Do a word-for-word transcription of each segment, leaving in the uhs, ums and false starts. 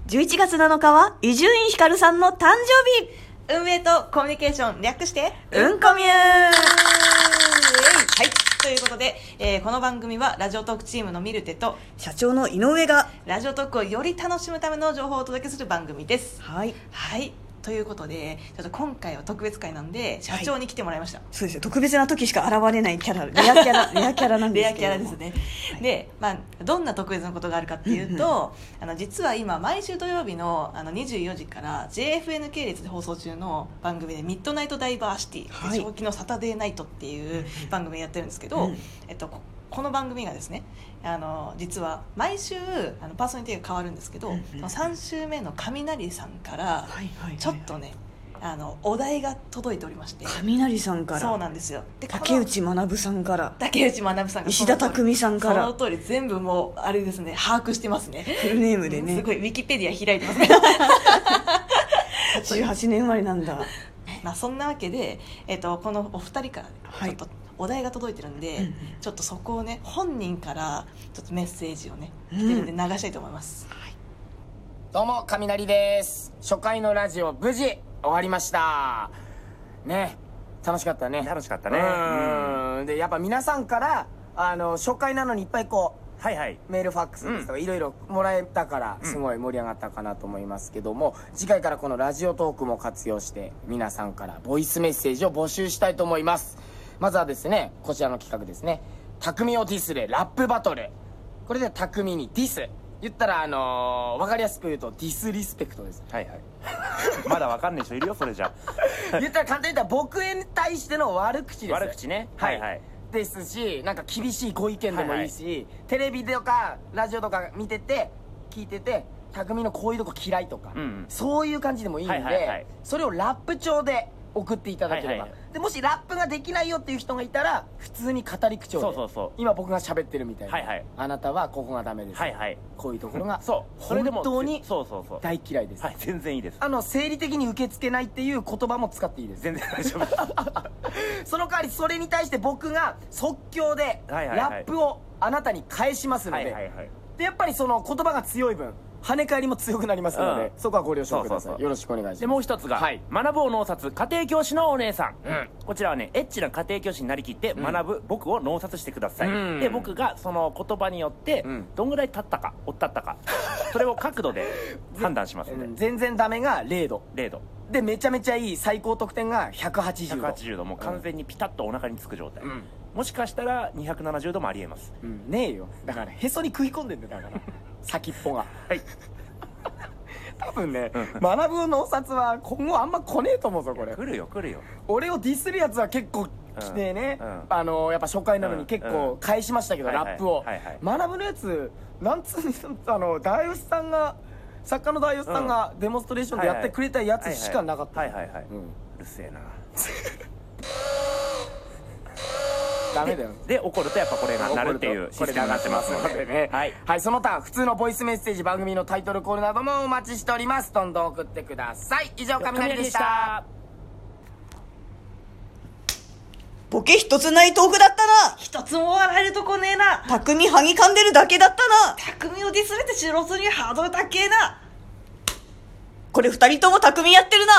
じゅういちがつなのかは伊集院光さんの誕生日。 運営とコミュニケーション略してうんこみゅー。 はいということで、えー、この番組はラジオトークチームのミルテと社長の井上がラジオトークをより楽しむための情報をお届けする番組です。 はいはいということで、ちょっと今回は特別会なんで社長に来てもらいました、はい、 そうですよ。特別な時しか現れないキャラ、レアキャラレアキャラなんですけどレアキャラですね、はい、で、まあ、どんな特別なことがあるかっていうと、あの実は今毎週土曜日 の, あのにじゅうよじから ジェーエフエヌ 系列で放送中の番組でミッドナイトダイバーシティ、はい、正気のサタデーナイトっていう番組をやってるんですけど、うんえっと、こ, この番組がですね、あの実は毎週あのパーソナリティが変わるんですけど、うんうん、さん週目の雷さんからちょっとね、あのお題が届いておりまして。 雷さんから。 そうなんですよ。 で竹内学さんから。 竹内学さんから。 石田匠さんから。 その通り全部もうあれですね、把握してますね。 フルネームでね。 すごいウィキペディア開いてますね。 はちじゅうはちねん生まれなんだ。 まあそんなわけで、えっと、このお二人からちょっとお題が届いてるんで、はい、ちょっとそこをね本人からちょっとメッセージをね来てるんで流したいと思います、うんはい、 どうも雷です。初回のラジオ無事終わりましたね。楽しかったね。 楽しかったね。 うんでやっぱ皆さんからあの初回なのにいっぱいこう、はいはい、メールファックスですとかいろいろもらえたからすごい盛り上がったかなと思いますけども、うん、次回からこのラジオトークも活用して皆さんからボイスメッセージを募集したいと思います。まずはですねこちらの企画ですね、匠をディスれラップバトル。これで匠にディス言ったらあのー、分かりやすく言うとディスリスペクトです。 はいはいまだ分かんない人いるよそれじゃ言ったら簡単に言ったら僕に対しての悪口です。 悪口ね。はいはいですし、なんか厳しいご意見でもいいし、はいはい、テレビとかラジオとか見てて聞いてて匠のこういうとこ嫌いとか、うんうん、そういう感じでもいいんで、はいはいはい、それをラップ調で送っていただければ、はいはいはい、でもしラップができないよっていう人がいたら普通に語り口調で、そうそうそう今僕が喋ってるみたいな、はいはい、あなたはここがダメです、はいはい、こういうところがそう本当に大嫌いです。 はい全然いいです。 あの生理的に受け付けないっていう言葉も使っていいです。 全然大丈夫その代わりそれに対して僕が即興でラップをあなたに返しますので、はいはいはい、でやっぱりその言葉が強い分跳ね返りも強くなりますので、うん、そこはご了承ください。そうそうそうよろしくお願いします。 でもう一つが、はい、学ぶを脳殺家庭教師のお姉さん、うん、こちらはねエッチな家庭教師になりきって学ぶ、うん、僕を脳殺してください、うん、で僕がその言葉によってどんぐらい経ったかおったったかそれを角度で判断しますので全然ダメがれいどれいどでめちゃめちゃいい最高得点がひゃくはちじゅうどひゃくはちじゅうどもう完全にピタッとお腹につく状態、うん、もしかしたらにひゃくななじゅうどもありえます、 うん、ねえよだからへそに食い込んでんだよだから先っぽがはい多分ね、学ぶの殺は今後あんま来ねえと思うぞこれ。 来るよ来るよ。 俺をディスるやつは結構来てね、うん、あのー、やっぱ初回なのに結構返しましたけど、うん、ラップを、はいはいはいはい、学ぶのやつなんつうあの大吉さんが作家の大吉さんがデモンストレーションでやってくれたやつしかなかった。 はいはいはい、うん、うるせえなダメだよ。 で怒るとやっぱこれがなるっていうシステムになってますのでね。はい、はい、その他普通のボイスメッセージ番組のタイトルコールなどもお待ちしております。どんどん送ってください。以上雷でした。 ボケ一つないトークだったな。 一つも笑えるとこねえな。 匠はぎかんでるだけだったな。 匠をディスれて素人にハードル高えな。 これ二人とも匠やってるな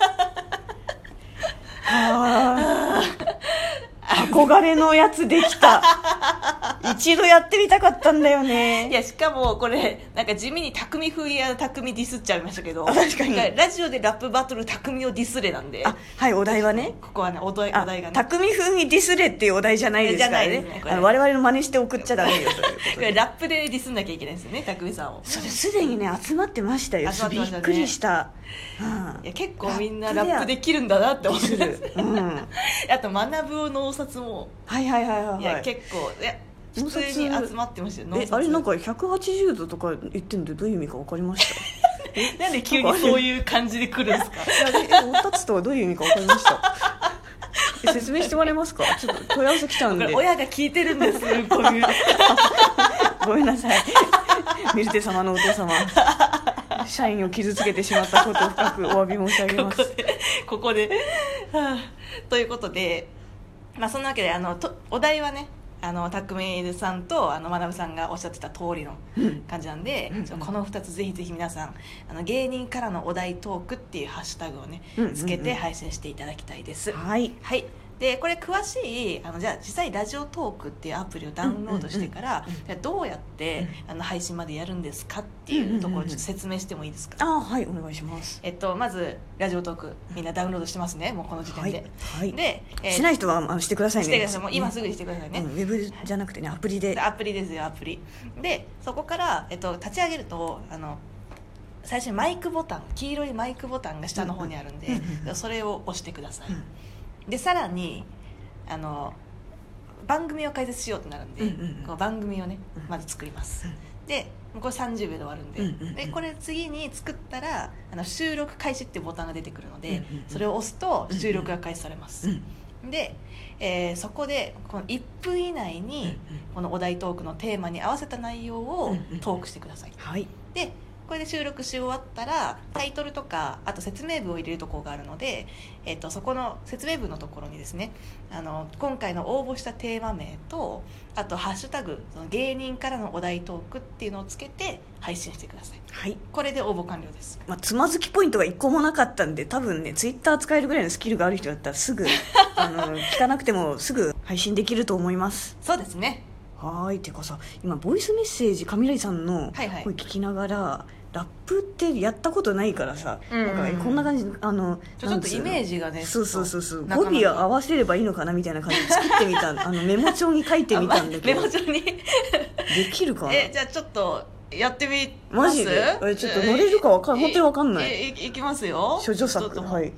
はぁ憧れのやつできた一度やってみたかったんだよね。 いやしかもこれなんか地味に匠風や匠ディスっちゃいましたけど、 確かにラジオでラップバトル匠をディスれなんで、 あはいお題はねここはねお題、お題がね匠風にディスれっていうお題じゃないですからね。じゃないですね、あの我々の真似して送っちゃダメよこれラップでディスんなきゃいけないんですよね匠さんを。 それすでにね集まってましたよ。 集まってましたね、 びっくりした、 うん、いや結構みんなラップできるんだなって思ってる、うん、あと学ぶの脳殺もはいはいはいはい、はい、 いや結構いや普通に集まってましたよ。 えあれなんかひゃくはちじゅうどとか言ってんでどういう意味か分かりましたなんで急にそういう感じで来るんですか。 いやえおたつとはどういう意味か分かりました説明してもらえますか。ちょっと問い合わせ来たんで。 親が聞いてるんですこういうごめんなさいミルテ様のお父様社員を傷つけてしまったことを深くお詫び申し上げます。 ここで、ここではあ、ということで、まあ、そんなわけであのとお題はねあの匠さんとあの学さんがおっしゃってた通りの感じなんで、 うんちょこのふたつぜひぜひ皆さんあの芸人からのお題トークっていうハッシュタグをねうんつけて配信していただきたいです。 はいはい、でこれ詳しいあのじゃあ実際ラジオトークっていうアプリをダウンロードしてから、 うんうんうんじゃあどうやってあの配信までやるんですかっていうところをちょっと説明してもいいですか。 あはいお願いします。 えっと、まずラジオトークみんなダウンロードしてますねもうこの時点で、 はいはいで、えーしない人はあのしてくださいね。 してくださいもう今すぐにしてくださいね、 うんウェブじゃなくてねアプリで。 アプリですよアプリでそこから、えっと、立ち上げるとあの最初にマイクボタン黄色いマイクボタンが下の方にあるんで、 うんうんうんそれを押してください、 うんでさらにあの番組を解説しようってなるんで、 うんうんうんこの番組をねうんまず作ります、 うんでこれさんじゅうびょうで終わるんで,、 うんうんうんでこれ次に作ったらあの収録開始っていうボタンが出てくるので、 うんうんうんそれを押すと収録が開始されます、 うんで、えーそこでこのいっぷん以内うんにこのお題トークのテーマに合わせた内容をうんうんトークしてください、 はいでこれで収録し終わったらタイトルとかあと説明文を入れるところがあるので、えっとそこの説明文のところにですねあの今回の応募したテーマ名とあとハッシュタグその芸人からのお題トークっていうのをつけて配信してください。 はい。 これで応募完了です。 まあ、つまずきポイントが一個もなかったんで多分ねツイッター使えるぐらいのスキルがある人だったらすぐあの聞かなくてもすぐ配信できると思います。 そうですね。 はーい。てかさ今ボイスメッセージ雷さんのはいはい声聞きながら、ラップってやったことないからさ、 うんうんうんなんかこんな感じあのちょちょっとイメージがねそうそうそうそうなかなか語尾を合わせればいいのかなみたいな感じで作ってみたあのメモ帳に書いてみたんだけどメモ帳にできるかな。 えじゃあちょっとやってみマますジでえちょっと乗れるかわかん本当にわかんない。 いいいきますよ処女作ちょっともうはい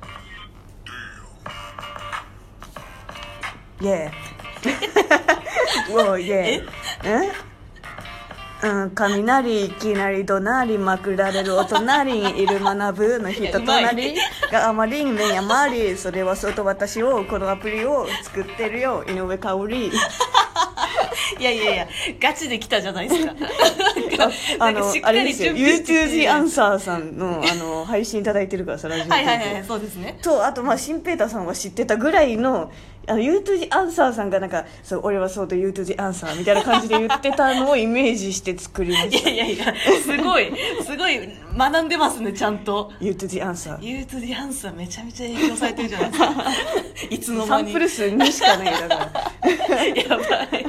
イエーうおイエーえうん、雷いきなり怒鳴りまくられるお隣にいる学ぶの人となりがあまりに目余りそれはそうと私をこのアプリを作ってるよ井上香織いやいやいやガチで来たじゃないですかあのなんかしっかりあれですよ準備してユーツージー アンサーさんのあの配信いただいてるからさラジオはいはいはいそうですねとあとまあシンペーターさんは知ってたぐらいのあの ユーツージー アンサーさんがなんかそう俺はそうと ユーツージー アンサーみたいな感じで言ってたのをイメージして作りまいしたやいやいやすごいすごい学んでますねちゃんとユーツージー アンサーユートゥディアンサーめちゃめちゃ影響されてるじゃないですかいつのサ間にンプル数にしかないだからやばい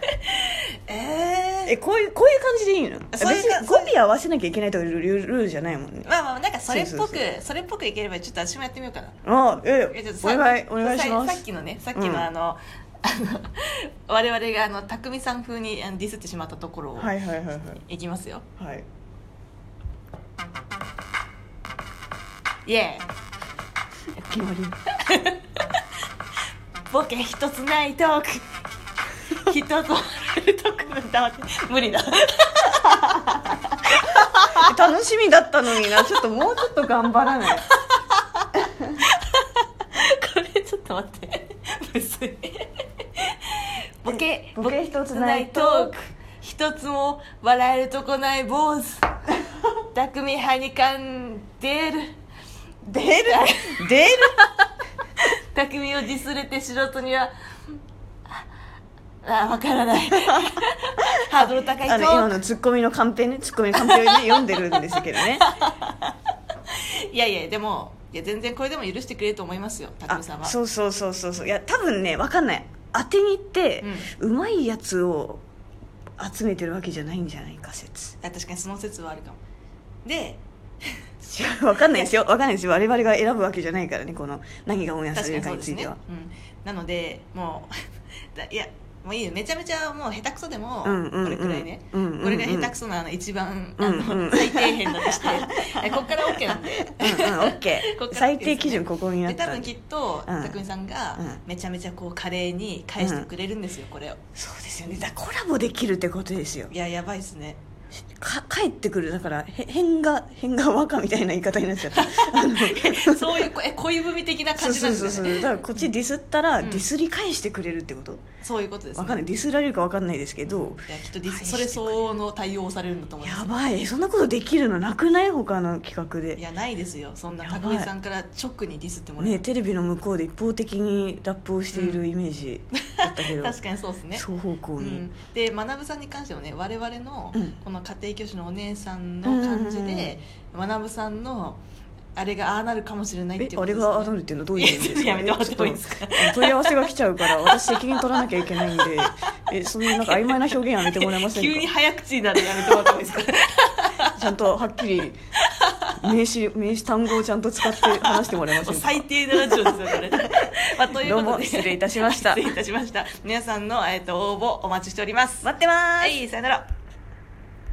えーえこういうこういう感じでいいのそういう別に語尾合わせなきゃいけないとかルールルールじゃないもんねまあまあなんかそれっぽくそうそうそれっぽくいければちょっと私もやってみようかなあええちょっとおさ願いお願いしますささっきのねさっきうんのあの、あの我々があの匠さん風にあのディスってしまったところを、 はいはいはいはいいきますよはいイエ決まりーイボケ一つないトーク一つもないトークだって無理だ楽しみだったのになちょっともうちょっと頑張らないこれちょっと待ってむずいボケボケ一つないトーク一つも笑えるとこない坊主匠はにかんでる出る出る匠をディスれて素人にはあ分からないハードル高いトあの今ーのツッコミのカンペねツッコミのカンペを、ね、読んでるんですけどねクいやいやでもいや全然これでも許してくれると思いますよあ匠さんはそうそうそうそうそういや多分ね分かんない当てに行って、うまいやつを集めてるわけじゃないんじゃないか説あ確かにその説はあるかもで違う分かんないですよ分かんないですよ我々が選ぶわけじゃないからねこの何がオンエアされるか確かにそうですね、 については、 うん、なのでもうだいやもういいよめちゃめちゃもう下手くそでもこうんうんうんれくらいね、 うんうんうんこれが下手くそなあの一番あの、 うんうん最底辺だとしてえこっから OK なんでうんうんオッケこっから OK ー最低基準ここになったで多分きっとうん匠さんがうんめちゃめちゃこう華麗に返してくれるんですよ、これをそうですよねだからコラボできるってことですよいややばいっすねか帰ってくるだからへ変が変が和歌みたいな言い方になっちゃったあのそういうえ恋文的な感じなんですよね。 そうそうそうそうだからこっちディスったら、うん、ディスり返してくれるってこと。 そういうことですね。 わかんないディスられるかわかんないですけど、 いやきっとディスそれ相応の対応をされるんだと思います。 やばいそんなことできるのなくない他の企画で。 いやないですよそんな高木さんから直にディスってもらえるねテレビの向こうで一方的にラップをしているイメージだったけど、 うん、確かにそうですね双方向に、 うん、で学さんに関してはね我々のこの家庭教師のお姉さんの感じで、うん、学さんのあれがああなるかもしれないっていうことです、ね、 あれがああなるっていうのはどういう意味ですか。 やめてもらってもいいですか。 問い合わせが来ちゃうから私責任取らなきゃいけないんでえそのなんか曖昧な表現やめてもらえませんか。 急に早口になるのやめてもらってもいいですか。 ちゃんとはっきり名詞名詞単語をちゃんと使って話してもらえませんか。 最低なラジオですよこれ、まあ、ということでどうも失礼いたしました失礼いたしました。皆さんの、えー、と応募お待ちしております。 待ってます。 はいさよなら。